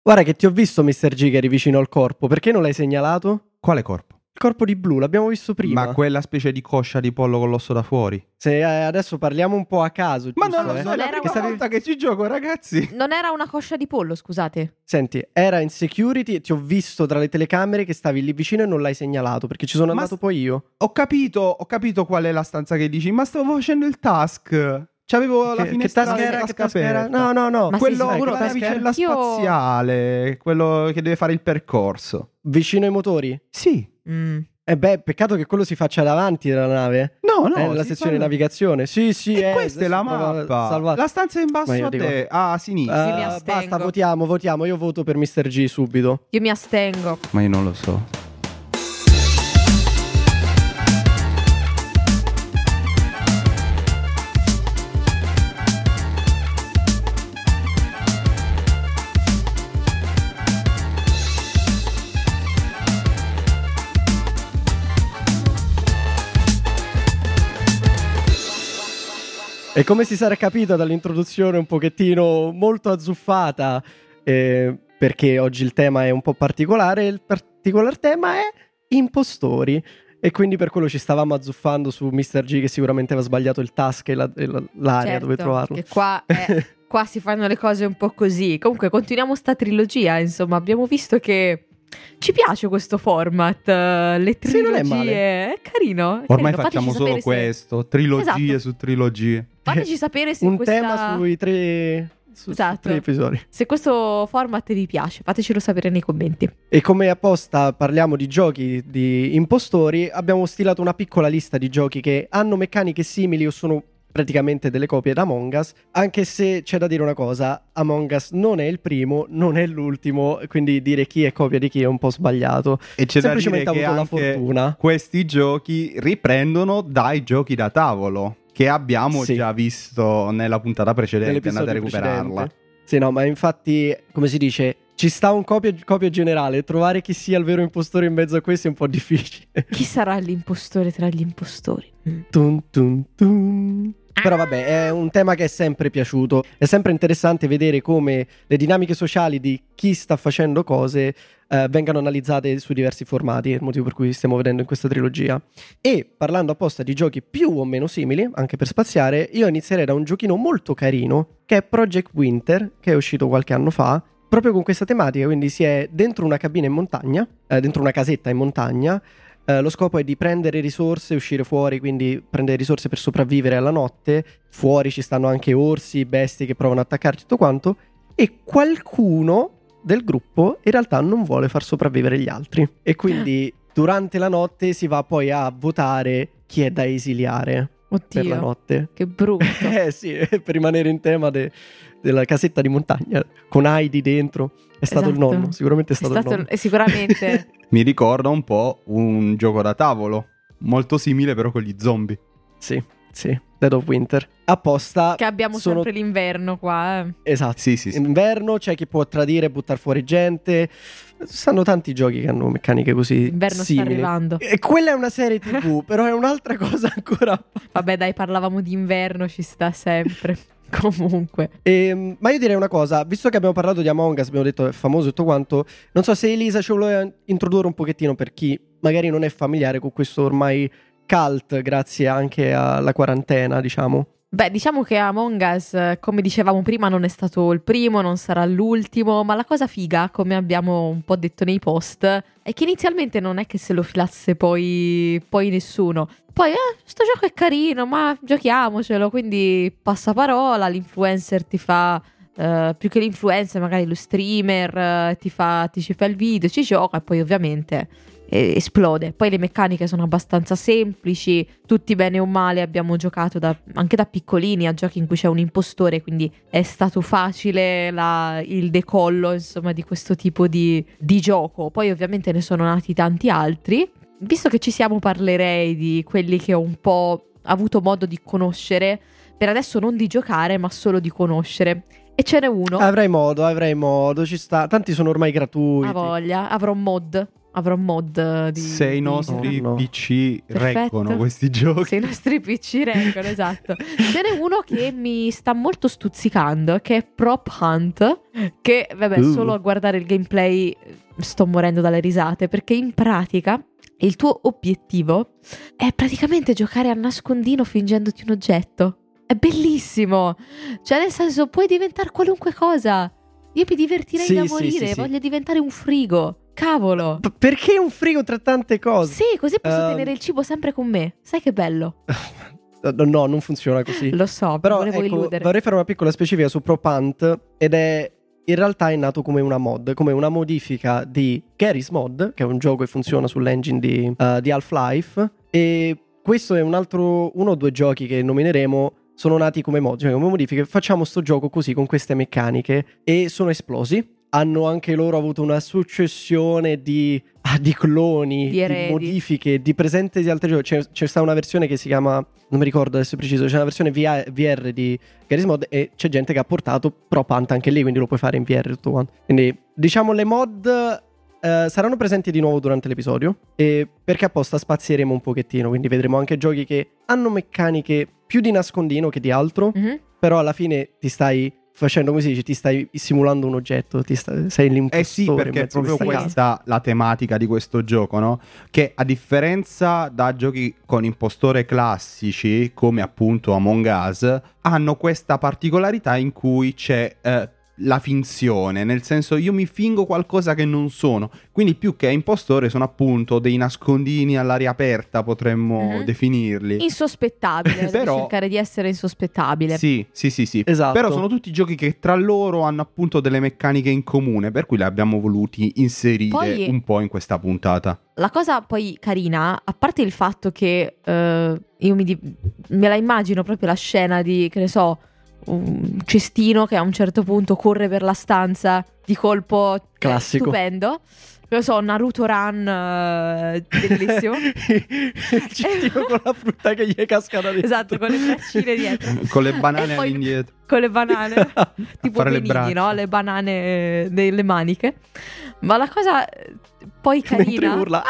Guarda che ti ho visto Mr. G che eri vicino al corpo, perché non l'hai segnalato? Quale corpo? Il corpo di Blu, l'abbiamo visto prima. Ma quella specie di coscia di pollo con l'osso da fuori? Se adesso parliamo un po' a caso, Ma giusto, non lo so, Non è era la prima una- volta che ci gioco, ragazzi. Non era una coscia di pollo, scusate. Senti, era in security e ti ho visto tra le telecamere che stavi lì vicino e non l'hai segnalato, perché ci sono Ma andato poi io. Ho capito qual è la stanza che dici, ma stavo facendo il task. C'avevo la finestra task era? la Che tasca task era? aperta. No. Ma Quello sei sicuro? con la Perché navicella io- spaziale, quello che deve fare il percorso. Vicino ai motori? Sì. Peccato che quello si faccia davanti della nave. No, Nella si sezione fa- navigazione. Sì, E questa è la adesso prova a mappa. salvare. La stanza è in Ma basso io a dico- te, a sinistra. Sì, mi astengo. Basta, votiamo. Io voto per Mr. G subito. Io mi astengo. Ma io non lo so. E come si sarà capito dall'introduzione un pochettino molto azzuffata, perché oggi il tema è un po' particolare, il particolar tema è impostori. E quindi per quello ci stavamo azzuffando su Mr. G che sicuramente aveva sbagliato il task e l'area Certo, dove trovarlo. Che qua si fanno le cose un po' così. Comunque continuiamo sta trilogia, insomma, abbiamo visto che ci piace questo format, le Sì, non è trilogie. male. È carino. Ormai Fateci facciamo solo sapere se- questo, trilogie Esatto. su trilogie. Fateci sapere se Un questa... tema sui tre, su Esatto. 3 episodi. Se questo format vi piace, fatecelo sapere nei commenti. E come apposta parliamo di giochi di impostori, abbiamo stilato una piccola lista di giochi che hanno meccaniche simili o sono praticamente delle copie da Among Us, anche se c'è da dire una cosa, Among Us non è il primo, non è l'ultimo, quindi dire chi è copia di chi è un po' sbagliato. E c'è da dire Semplicemente che ha avuto la anche fortuna. questi giochi riprendono dai giochi da tavolo che abbiamo Sì. già visto nella puntata precedente, andate a Nell'episodio recuperarla. precedente. Sì, no, ma infatti, come si dice, ci sta un copia generale, trovare chi sia il vero impostore in mezzo a questi è un po' difficile. Chi sarà l'impostore tra gli impostori? Tun, tun, tun. Però vabbè, è un tema che è sempre piaciuto. È sempre interessante vedere come le dinamiche sociali di chi sta facendo cose vengano analizzate su diversi formati, è il motivo per cui stiamo vedendo in questa trilogia. E parlando apposta di giochi più o meno simili, anche per spaziare, io inizierei da un giochino molto carino che è Project Winter, che è uscito qualche anno fa, proprio con questa tematica, quindi si è dentro una cabina in montagna, dentro una casetta in montagna. Lo scopo è di prendere risorse e uscire fuori, quindi prendere risorse per sopravvivere alla notte. Fuori ci stanno anche orsi, bestie che provano ad attaccarti, tutto quanto. E qualcuno del gruppo in realtà non vuole far sopravvivere gli altri. E quindi durante la notte si va poi a votare chi è da esiliare per la Oddio, notte. che brutto. Sì, per rimanere in tema della casetta di montagna, con Heidi dentro. È stato il Esatto. nonno, sicuramente è stato il nonno. Sicuramente. Mi ricorda un po' un gioco da tavolo, molto simile però con gli zombie. Sì, Dead of Winter. Apposta Che abbiamo sono... sempre l'inverno qua. Esatto. Sì. Inverno c'è chi può tradire e buttare fuori gente. Stanno tanti giochi che hanno meccaniche così L'inverno sta simili. arrivando. E quella è una serie TV, però è un'altra cosa ancora. Vabbè, dai, parlavamo di inverno, ci sta sempre. Comunque. Ma io direi una cosa, visto che abbiamo parlato di Among Us, abbiamo detto è famoso e tutto quanto, non so se Elisa ce lo vuole introdurre un pochettino per chi magari non è familiare con questo ormai cult, grazie anche alla quarantena, diciamo. Beh, diciamo che Among Us, come dicevamo prima, non è stato il primo, non sarà l'ultimo, ma la cosa figa, come abbiamo un po' detto nei post, è che inizialmente non è che se lo filasse poi nessuno. Poi, sto gioco è carino, ma giochiamocelo, quindi passaparola, l'influencer ti fa... più che l'influencer, magari lo streamer ci fa il video, ci gioca e poi ovviamente esplode. Poi le meccaniche sono abbastanza semplici, tutti bene o male abbiamo giocato anche da piccolini a giochi in cui c'è un impostore, quindi è stato facile il decollo, insomma, di questo tipo di gioco. Poi ovviamente ne sono nati tanti altri. Visto che ci siamo, parlerei di quelli che ho un po' avuto modo di conoscere, per adesso non di giocare ma solo di conoscere. E ce n'è uno. Avrai modo, ci sta. Tanti sono ormai gratuiti. Ha voglia, avrò mod avrò mod se i nostri No. PC reggono Perfetto. questi giochi. Se i nostri PC reggono, esatto. Ce n'è uno che mi sta molto stuzzicando, che è Prop Hunt, che vabbè, solo a guardare il gameplay sto morendo dalle risate, perché in pratica il tuo obiettivo è praticamente giocare a nascondino fingendoti un oggetto. È bellissimo, cioè nel senso puoi diventare qualunque cosa. Io mi divertirei Sì, da sì, morire, sì, sì. Voglio diventare un frigo, cavolo. Perché un frigo tra tante cose? Sì, così posso Ehm. tenere il cibo sempre con me. Sai che bello? No, non funziona così. Lo so, Però volevo ecco, illudere. vorrei fare una piccola specifica su Prop Hunt, ed è in realtà è nato come una mod, come una modifica di Garry's Mod, che è un gioco che funziona sull'engine di Half-Life, e questo è uno o due giochi che nomineremo, sono nati come mod, cioè come modifiche. Facciamo sto gioco così, con queste meccaniche, e sono esplosi. Hanno anche loro avuto una successione di cloni, Di di eredi. modifiche, di presenze di altri giochi. C'è sta una versione che si chiama, non mi ricordo adesso preciso, c'è una versione VR di Garry's Mod, e c'è gente che ha portato Prop Hunt anche lì, quindi lo puoi fare in VR tutto quanto. Quindi diciamo le mod saranno presenti di nuovo durante l'episodio, e perché apposta spazieremo un pochettino, quindi vedremo anche giochi che hanno meccaniche più di nascondino che di altro, Mhm. però alla fine ti stai facendo, come si dice, ti stai simulando un oggetto, sei l'impostore. Sì, in perché è mezzo a proprio questa casa. questa la tematica di questo gioco, no? Che a differenza da giochi con impostore classici, come appunto Among Us, hanno questa particolarità in cui c'è la finzione, nel senso io mi fingo qualcosa che non sono, quindi più che impostore sono appunto dei nascondini all'aria aperta, potremmo Mhm. definirli. Insospettabile, devi Però- cercare di essere insospettabile. Sì. Esatto. Però sono tutti giochi che tra loro hanno appunto delle meccaniche in comune, per cui li abbiamo voluti inserire Poi- un po' in questa puntata. La cosa poi carina, a parte il fatto che io me la immagino proprio la scena di, che ne so, un cestino che a un certo punto corre per la stanza di colpo, Classico. stupendo. Lo so, Naruto Run, bellissimo. Il cestino con la frutta che gli casca da dentro. Esatto, con le braccine dietro. Con le banane E poi- all'indietro. Con le banane, tipo fare le Benigni, braccia. no? Le banane nelle maniche. Ma la cosa poi Mentre carina... urla.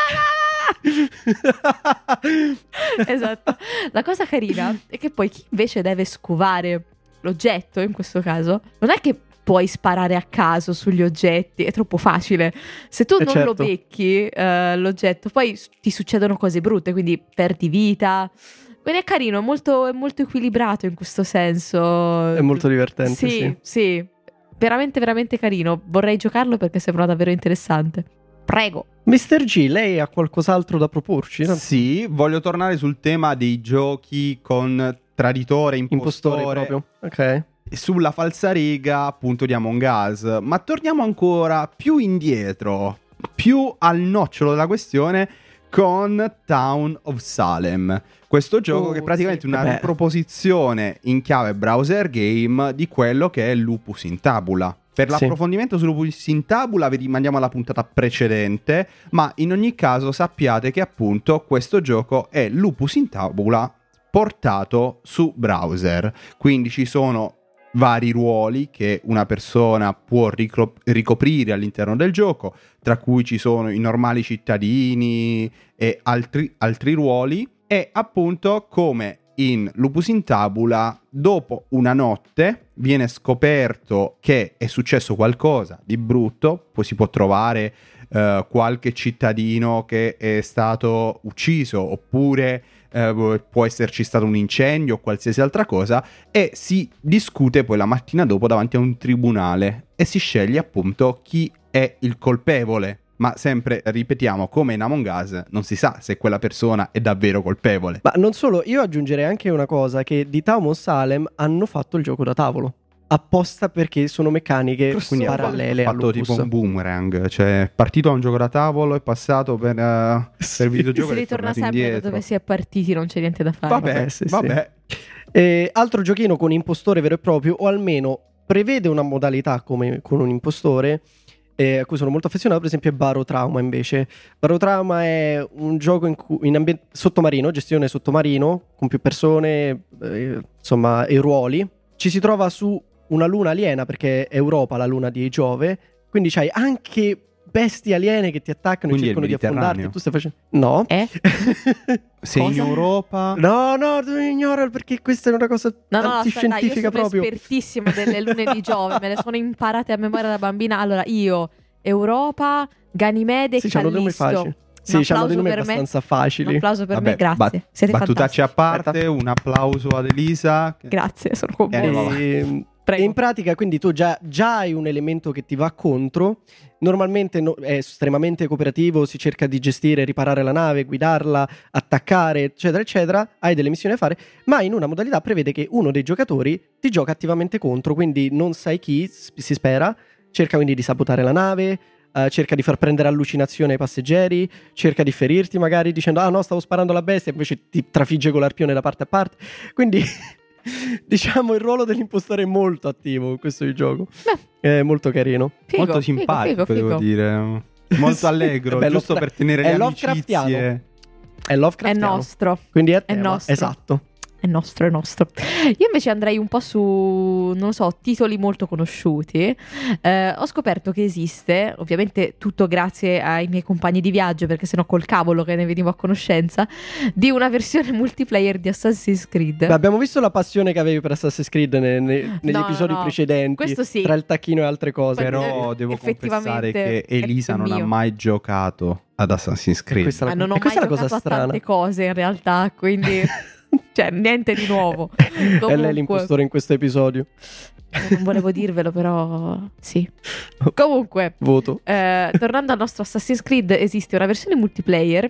Esatto. La cosa carina è che poi chi invece deve scovare l'oggetto, in questo caso, non è che puoi sparare a caso sugli oggetti, è troppo facile. Se tu non lo certo. becchi l'oggetto, poi ti succedono cose brutte, quindi perdi vita. Quindi è carino, è molto equilibrato in questo senso. È molto divertente, sì. Sì, veramente, veramente carino. Vorrei giocarlo perché sembra davvero interessante. Prego. Mr. G, lei ha qualcos'altro da proporci? No? Sì, voglio tornare sul tema dei giochi con traditore, Impostore impostore, proprio. Ok. sulla falsariga appunto di Among Us. Ma torniamo ancora più indietro, più al nocciolo della questione, con Town of Salem. Questo gioco che è praticamente sì. una Beh. riproposizione in chiave browser game di quello che è Lupus in Tabula. Per Sì. l'approfondimento su Lupus in Tabula vi rimandiamo alla puntata precedente, ma in ogni caso sappiate che appunto questo gioco è Lupus in Tabula portato su browser. Quindi ci sono vari ruoli che una persona può ricoprire all'interno del gioco, tra cui ci sono i normali cittadini e altri ruoli, e appunto come in Lupus in Tabula dopo una notte viene scoperto che è successo qualcosa di brutto, poi si può trovare qualche cittadino che è stato ucciso, oppure può esserci stato un incendio o qualsiasi altra cosa, e si discute poi la mattina dopo davanti a un tribunale e si sceglie appunto chi è il colpevole. Ma sempre, ripetiamo, come in Among Us, non si sa se quella persona è davvero colpevole. Ma non solo, io aggiungerei anche una cosa, che di Town of Salem hanno fatto il gioco da tavolo. Apposta perché sono meccaniche Quindi parallele ha a fatto Lupus. tipo un boomerang, cioè è partito da un gioco da tavolo, è passato per il videogioco Si e è ritorna tornato sempre da indietro. dove si è partiti, non c'è niente da fare. Vabbè, Sì, vabbè. Altro giochino con impostore vero e proprio, o almeno prevede una modalità come con un impostore, a cui sono molto affezionato, per esempio è Barotrauma invece. Barotrauma è un gioco in sottomarino, gestione sottomarino, con più persone, insomma, e ruoli. Ci si trova su una luna aliena, perché è Europa la luna di Giove, quindi c'hai anche bestie aliene che ti attaccano e Quindi cercano è di il affondarti. Mediterraneo. Tu stai facendo... No. Sei in Cosa? Europa. No, tu ignora perché questa è una cosa No, aspetta, io antiscientifica sono proprio. espertissima delle lune di Giove, me le sono imparate a memoria da bambina. Allora, io, Europa, Ganimede e Sì, c'hanno dei nomi Callisto. facili. Sì, c'hanno dei nomi per me. abbastanza Un facili. applauso per Vabbè, me, grazie. Siete battutacci a fantastici. parte, un applauso ad Elisa. Grazie, sono con voi. vabbè. Prego. E in pratica quindi tu già hai un elemento che ti va contro. Normalmente è estremamente cooperativo, si cerca di gestire, riparare la nave, guidarla, attaccare, eccetera, eccetera. Hai delle missioni da fare, ma in una modalità prevede che uno dei giocatori ti gioca attivamente contro, quindi non sai chi, si spera, cerca quindi di sabotare la nave, cerca di far prendere allucinazione ai passeggeri, cerca di ferirti magari dicendo no, stavo sparando alla bestia, invece ti trafigge con l'arpione da parte a parte. Quindi diciamo il ruolo dell'impostore è molto attivo in questo gioco. È molto carino. Figo, Molto simpatico, figo. devo dire. Molto allegro, Beh, giusto per tenere è le Lovecraftiano. amicizie. È Lovecraftiano. È nostro. Quindi è È tema. nostro. Esatto. È nostro. Io invece andrei un po' su, non lo so, titoli molto conosciuti. Ho scoperto che esiste, ovviamente tutto grazie ai miei compagni di viaggio, perché sennò col cavolo che ne venivo a conoscenza, di una versione multiplayer di Assassin's Creed. Beh, abbiamo visto la passione che avevi per Assassin's Creed negli No, episodi no. precedenti. Questo sì. Tra il tacchino e altre cose. Però devo confessare che effettivamente Elisa è non ha mio. mai giocato ad Assassin's Creed. questa è Ma non ho e mai questa è la cosa giocato a strana. tante cose in realtà, quindi cioè niente di nuovo. E lei è Comunque, l'impostore in questo episodio. non volevo dirvelo, però sì. Comunque, Voto. tornando al nostro Assassin's Creed, esiste una versione multiplayer,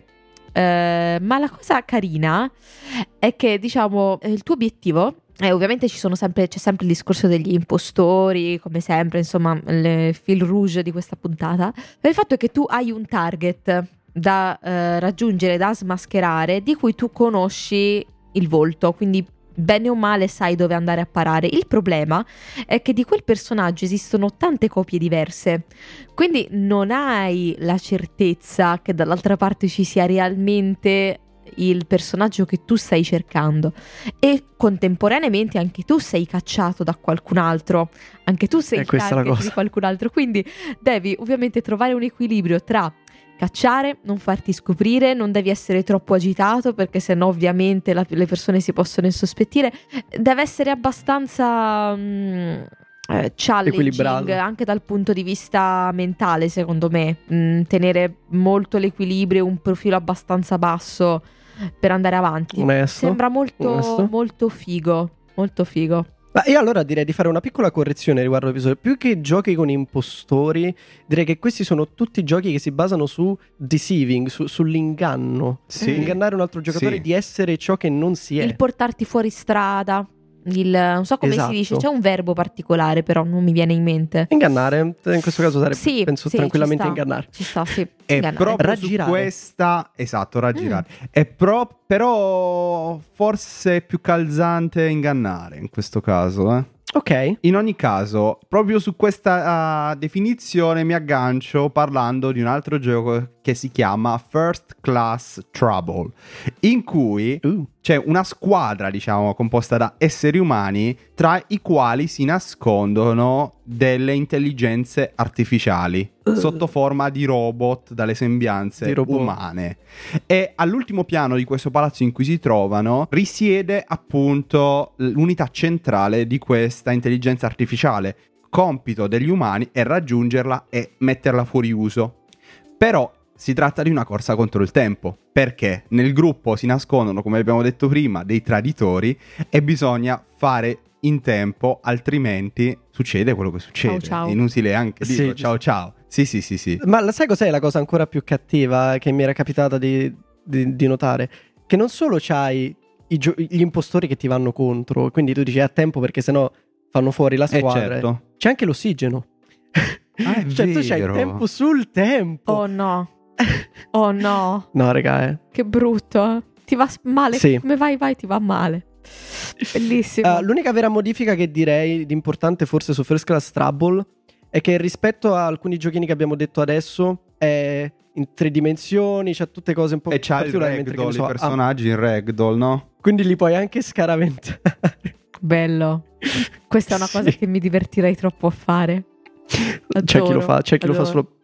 ma la cosa carina è che, diciamo, il tuo obiettivo, ovviamente c'è sempre il discorso degli impostori, come sempre, insomma, il fil rouge di questa puntata. Per il fatto è che tu hai un target da raggiungere, da smascherare, di cui tu conosci il volto, quindi bene o male sai dove andare a parare. Il problema è che di quel personaggio esistono tante copie diverse, quindi non hai la certezza che dall'altra parte ci sia realmente il personaggio che tu stai cercando, e contemporaneamente anche tu sei cacciato da qualcun altro, anche tu sei il questa è la target cosa. di qualcun altro, quindi devi ovviamente trovare un equilibrio tra cacciare, non farti scoprire, non devi essere troppo agitato perché sennò ovviamente le persone si possono insospettire, deve essere abbastanza challenging Equilibrato. anche dal punto di vista mentale, secondo me. Tenere molto l'equilibrio, un profilo abbastanza basso per andare avanti. Onesto. Sembra molto Onesto. molto figo, molto figo. Ma io allora direi di fare una piccola correzione riguardo all'episodio. Più che giochi con impostori, direi che questi sono tutti giochi che si basano su deceiving, sull'inganno. Sì. Ingannare un altro giocatore Sì. di essere ciò che non si è. Il portarti fuori strada, non so come Esatto. si dice, c'è un verbo particolare però non mi viene in mente. Ingannare, in questo caso sarebbe, Sì, penso, sì, tranquillamente ci sta. ingannare. Ci sta, sì. E ingannare. proprio Raggirare. su questa, esatto, raggirare. È però forse è più calzante ingannare in questo caso, Ok. In ogni caso, proprio su questa definizione mi aggancio parlando di un altro gioco che si chiama First Class Trouble, in cui c'è una squadra, diciamo, composta da esseri umani, tra i quali si nascondono delle intelligenze artificiali sotto forma di robot dalle sembianze Di robot. umane. E all'ultimo piano di questo palazzo in cui si trovano risiede appunto l'unità centrale di questa intelligenza artificiale. Compito degli umani è raggiungerla e metterla fuori uso. Però si tratta di una corsa contro il tempo, perché nel gruppo si nascondono, come abbiamo detto prima, dei traditori e bisogna fare in tempo, altrimenti succede quello che succede. Ciao, ciao. È inutile anche Sì, dirlo, ciao ciao. Sì. Ma sai cos'è la cosa ancora più cattiva che mi era capitata di notare? Che non solo c'hai gli impostori che ti vanno contro, quindi tu dici a tempo perché sennò fanno fuori la squadra. Certo. C'è anche l'ossigeno. Ah, è Cioè tu c'hai il vero. tempo sul tempo. Oh no. Oh no. No, raga, Che brutto. Ti va male. Sì. Come vai, ti va male. Bellissimo. L'unica vera modifica che direi di importante forse su First Class Trouble è che rispetto a alcuni giochini che abbiamo detto adesso è in 3 dimensioni, c'ha tutte cose un po' E c'ha il particolari, mentre che ragdoll, ne so, i personaggi in ragdoll, no? quindi li puoi anche scaraventare. Bello. Questa è una cosa Sì. che mi divertirei troppo a fare. C'è chi lo fa, c'è chi lo fa Adoro. solo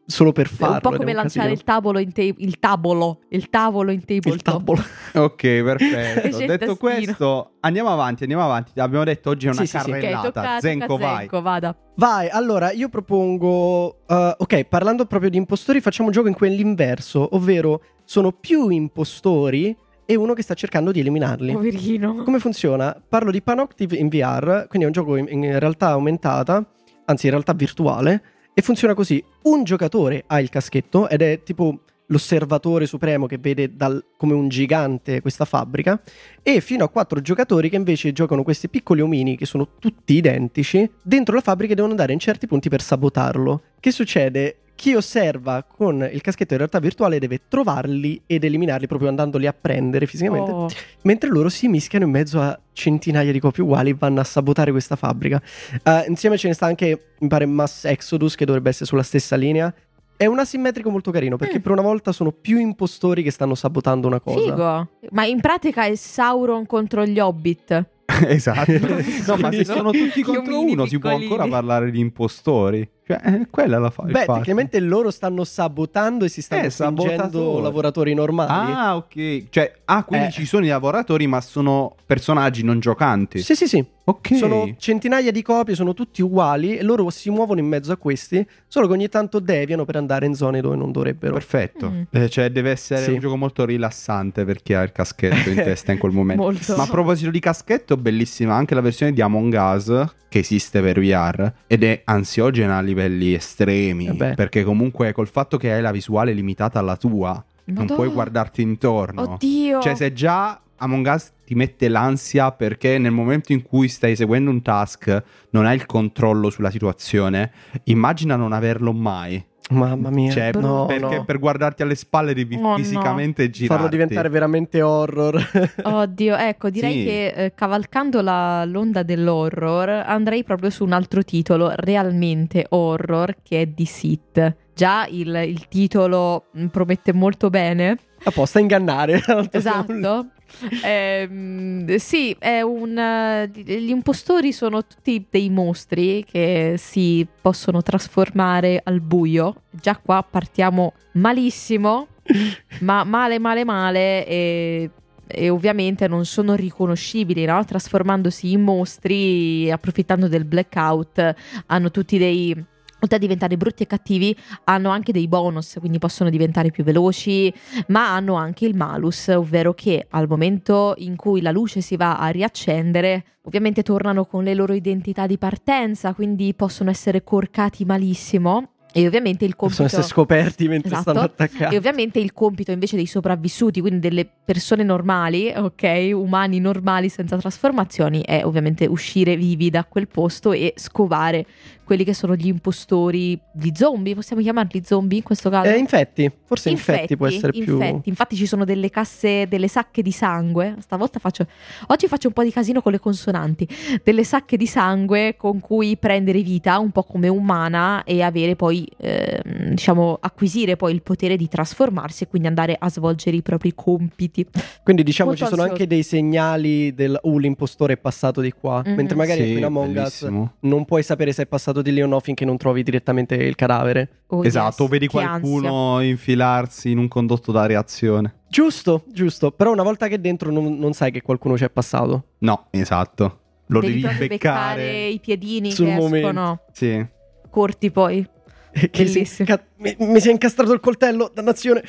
solo per È farlo. un po' ed è come un lanciare casino. il tavolo in tabletop. Il tavolo. Ok, perfetto. C'è il Detto tastino. questo, andiamo avanti. Abbiamo detto oggi è una Sì, sì, sì. Ok, carrellata. tocca Zenko, vai. Zenko, vada. Vai, allora io propongo. Ok, parlando proprio di impostori, facciamo un gioco in cui è l'inverso, ovvero sono più impostori e uno che sta cercando di eliminarli. Poverino. Come funziona? Parlo di Panoctive in VR, quindi è un gioco in realtà aumentata, anzi in realtà virtuale, e funziona così. Un giocatore ha il caschetto ed è tipo l'osservatore supremo che vede come un gigante questa fabbrica, e fino a 4 giocatori che invece giocano questi piccoli omini che sono tutti identici dentro la fabbrica e devono andare in certi punti per sabotarlo. Che succede? Chi osserva con il caschetto in realtà virtuale deve trovarli ed eliminarli proprio andandoli a prendere fisicamente, Oh. mentre loro si mischiano in mezzo a centinaia di copie uguali e vanno a sabotare questa fabbrica. Insieme ce ne sta anche, mi pare, Mass Exodus, che dovrebbe essere sulla stessa linea. È un asimmetrico molto carino, perché per una volta sono più impostori che stanno sabotando una cosa. Figo. Ma in pratica è Sauron contro gli Hobbit. Esatto. No, ma se sono tutti Gli contro omini uno si può piccolini. ancora parlare di impostori. Cioè, quella la fa. Beh, tecnicamente loro stanno sabotando e si stanno fingendo sabotatori. lavoratori normali. Ah, ok. Cioè, quindi Eh. ci sono i lavoratori, ma sono personaggi non giocanti. Sì, sì, sì. Ok. Sono centinaia di copie, sono tutti uguali e loro si muovono in mezzo a questi, solo che ogni tanto deviano per andare in zone dove non dovrebbero. Perfetto. Mm. Cioè, deve essere Sì. un gioco molto rilassante per chi ha il caschetto in testa in quel momento. Molto. Ma a proposito di caschetto, bellissima anche la versione di Among Us che esiste per VR ed è ansiogena a livelli estremi. Beh. Perché comunque col fatto che hai la visuale limitata alla tua, non Madò. puoi guardarti intorno. Oddio. Cioè, se già Among Us ti mette l'ansia perché nel momento in cui stai seguendo un task non hai il controllo sulla situazione, immagina non averlo mai. Mamma mia. Cioè, no, perché no. per guardarti alle spalle devi Oh, no. fisicamente girarti. Farlo diventare veramente horror. Oddio, ecco, direi Sì. che cavalcando l'onda dell'horror andrei proprio su un altro titolo realmente horror che è Deceit. Già il titolo promette molto bene. Apposta a ingannare. Esatto. Sì, è gli impostori sono tutti dei mostri che si possono trasformare al buio. Già qua partiamo malissimo, ma male e ovviamente non sono riconoscibili, no? Trasformandosi in mostri, approfittando del blackout, hanno tutti oltre a diventare brutti e cattivi, hanno anche dei bonus, quindi possono diventare più veloci, ma hanno anche il malus, ovvero che al momento in cui la luce si va a riaccendere, ovviamente tornano con le loro identità di partenza, quindi possono essere corcati malissimo. E ovviamente il compito... Possono essere scoperti mentre Esatto. stanno attaccati. E ovviamente il compito invece dei sopravvissuti, quindi delle persone normali, ok, umani normali senza trasformazioni, è ovviamente uscire vivi da quel posto e scovare quelli che sono gli impostori, gli zombie, possiamo chiamarli zombie in questo caso? Infetti, forse infetti può essere più... Infatti ci sono delle casse, delle sacche di sangue, oggi faccio un po' di casino con le consonanti, delle sacche di sangue con cui prendere vita, un po' come umana, e avere poi, diciamo, acquisire poi il potere di trasformarsi e quindi andare a svolgere i propri compiti. Quindi diciamo Molto ci sono ansioso. anche dei segnali del l'impostore è passato di qua, Mhm. mentre magari Sì, in Among Us bellissimo. non puoi sapere se è passato di lì o no finché non trovi direttamente il cadavere. Oh, Esatto, yes, vedi che ansia. qualcuno infilarsi in un condotto da reazione. Giusto, però una volta che è dentro non sai che qualcuno c'è passato. No, esatto. Lo devi proprio beccare. i piedini Sul che momento. escono Sì. corti poi. Che Bellissimo. mi si è incastrato il coltello, dannazione.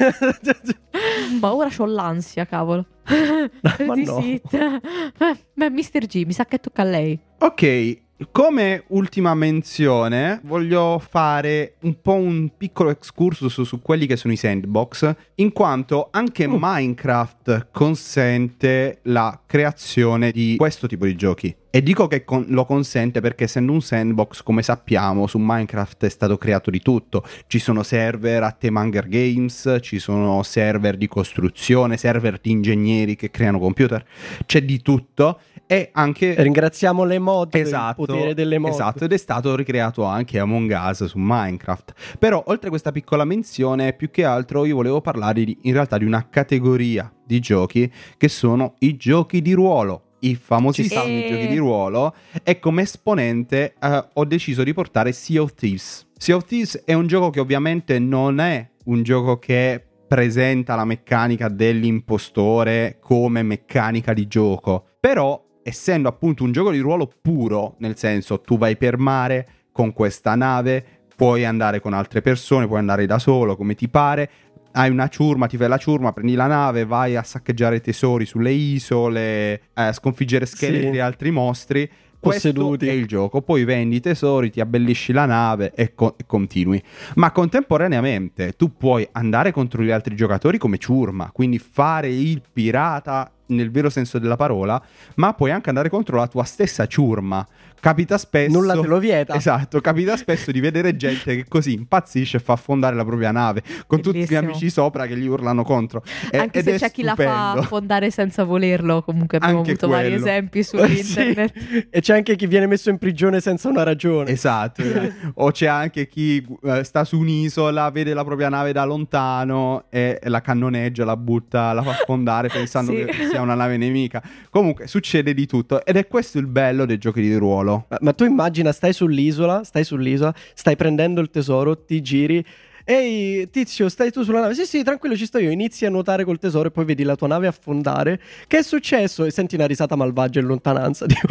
Ma ora c'ho l'ansia, cavolo. Ma no. Beh, Mr. G, mi sa che tocca a lei. Ok, come ultima menzione voglio fare un po' un piccolo excursus su quelli che sono i sandbox, in quanto anche Minecraft consente la creazione di questo tipo di giochi. E dico che lo consente perché essendo un sandbox, come sappiamo, su Minecraft è stato creato di tutto. Ci sono server a tema Hunger Games, ci sono server di costruzione, server di ingegneri che creano computer, c'è di tutto. E anche Ringraziamo le mod, esatto, il potere delle mod. esatto, ed è stato ricreato anche Among Us su Minecraft. Però oltre a questa piccola menzione, più che altro io volevo parlare in realtà di una categoria di giochi che sono i giochi di ruolo. I famosissimi Sì. giochi di ruolo. E come esponente ho deciso di portare Sea of Thieves. Sea of Thieves è un gioco che ovviamente non è un gioco che presenta la meccanica dell'impostore come meccanica di gioco, però essendo appunto un gioco di ruolo puro, nel senso tu vai per mare con questa nave, puoi andare con altre persone, puoi andare da solo come ti pare, hai una ciurma, ti fai la ciurma, prendi la nave, vai a saccheggiare tesori sulle isole, a sconfiggere scheletri e altri mostri. Questo Posseduti. è il gioco, poi vendi i tesori, ti abbellisci la nave e continui. Ma contemporaneamente tu puoi andare contro gli altri giocatori come ciurma, quindi fare il pirata nel vero senso della parola, ma puoi anche andare contro la tua stessa ciurma. Capita spesso, Nulla te lo vieta. Esatto, capita spesso di vedere gente che così impazzisce e fa affondare la propria nave con tutti gli Bellissimo. amici sopra che gli urlano contro. Anche ed se è c'è chi la fa stupendo. affondare senza volerlo, comunque abbiamo Anche avuto vari quello. esempi su Sì. internet. E c'è anche chi viene messo in prigione senza una ragione. Esatto, o c'è anche chi sta su un'isola, vede la propria nave da lontano e la cannoneggia, la butta, la fa affondare pensando Sì. che sia una nave nemica. Comunque succede di tutto ed è questo il bello dei giochi di ruolo. Ma tu immagina, stai sull'isola, stai prendendo il tesoro, ti giri. Ehi, tizio, stai tu sulla nave? Sì, sì, tranquillo, ci sto io. Inizi a nuotare col tesoro e poi vedi la tua nave affondare. Che è successo? E senti una risata malvagia in lontananza. Tipo.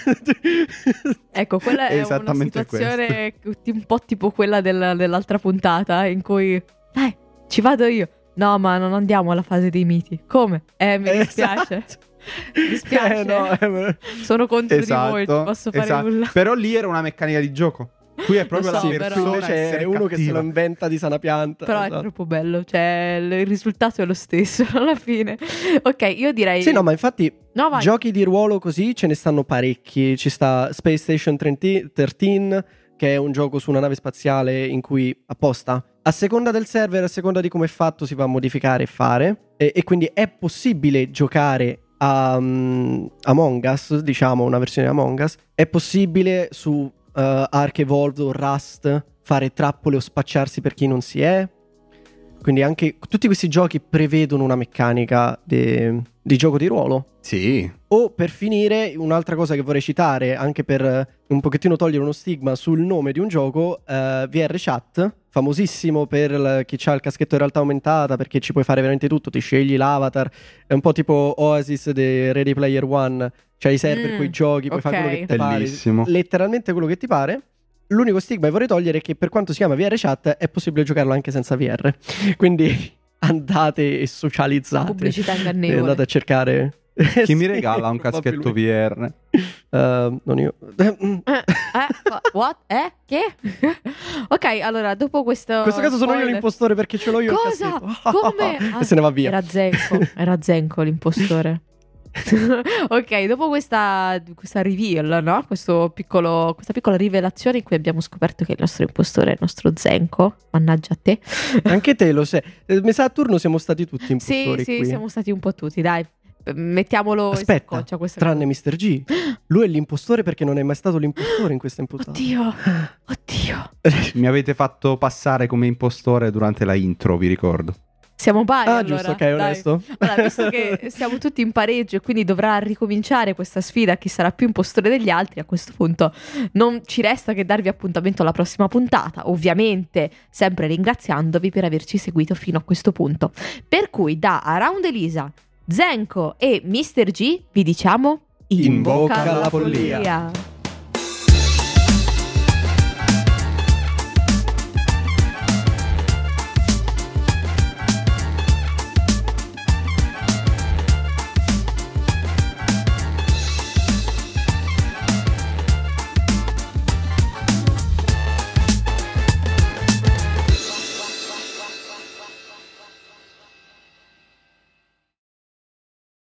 Ecco, quella È è una esattamente situazione un po' tipo quella dell'altra puntata in cui dai, ci vado io. No, ma non andiamo alla fase dei miti. Come? Mi dispiace. Esatto. Mi dispiace. No, Sono contro di voi, non posso fare esatto. nulla. Però lì era una meccanica di gioco. Qui è proprio Lo so, la però- persona invece è essere uno che se lo cattiva. inventa di sana pianta. Però è Esatto. troppo bello, cioè il risultato è lo stesso alla fine. Ok, io direi... Sì, no, ma infatti No, vai. giochi di ruolo così ce ne stanno parecchi. Ci sta Space Station 13, che è un gioco su una nave spaziale in cui apposta, a seconda del server, a seconda di come è fatto, si va a modificare e fare. E quindi è possibile giocare a Among Us, diciamo una versione di Among Us. È possibile su Ark Evolved o Rust fare trappole o spacciarsi per chi non si è. Quindi anche tutti questi giochi prevedono una meccanica di gioco di ruolo. Sì. O per finire, un'altra cosa che vorrei citare, anche per un pochettino togliere uno stigma sul nome di un gioco, VR Chat, famosissimo per chi ha il caschetto in realtà aumentata, perché ci puoi fare veramente tutto, ti scegli l'avatar, è un po' tipo Oasis di Ready Player One, c'hai i server con i giochi, puoi fare quello che ti pare, Bellissimo. letteralmente quello che ti pare. L'unico stigma che vorrei togliere è che per quanto si chiama VR Chat è possibile giocarlo anche senza VR, quindi andate e socializzate. Pubblicità E ingannevole. andate a cercare. Chi mi Sì, regala un caschetto probabilmente. VR? Non io. What? Che? Ok, allora, dopo questo... In questo caso sono io spoiler- l'impostore perché ce l'ho io Cosa? il caschetto. Come? E se ne va via. Era Zenko l'impostore. Ok, dopo questa reveal, no? Questa piccola rivelazione in cui abbiamo scoperto che il nostro impostore è il nostro Zenko. Mannaggia a te. Anche te lo sai. Mi sa a turno siamo stati tutti impostori Sì, qui. siamo stati un po' tutti, dai. Mettiamolo in Aspetta, saccoccia questa tranne Mr. G. Lui è l'impostore perché non è mai stato l'impostore in questa impostata. Oddio. Mi avete fatto passare come impostore durante la intro, vi ricordo. Siamo pari, Ah, allora. giusto, ok, dai. onesto. Allora, visto che siamo tutti in pareggio e quindi dovrà ricominciare questa sfida, chi sarà più impostore degli altri, a questo punto non ci resta che darvi appuntamento alla prossima puntata, ovviamente sempre ringraziandovi per averci seguito fino a questo punto. Per cui da Around Elisa, Zenko e Mr. G vi diciamo In bocca alla follia.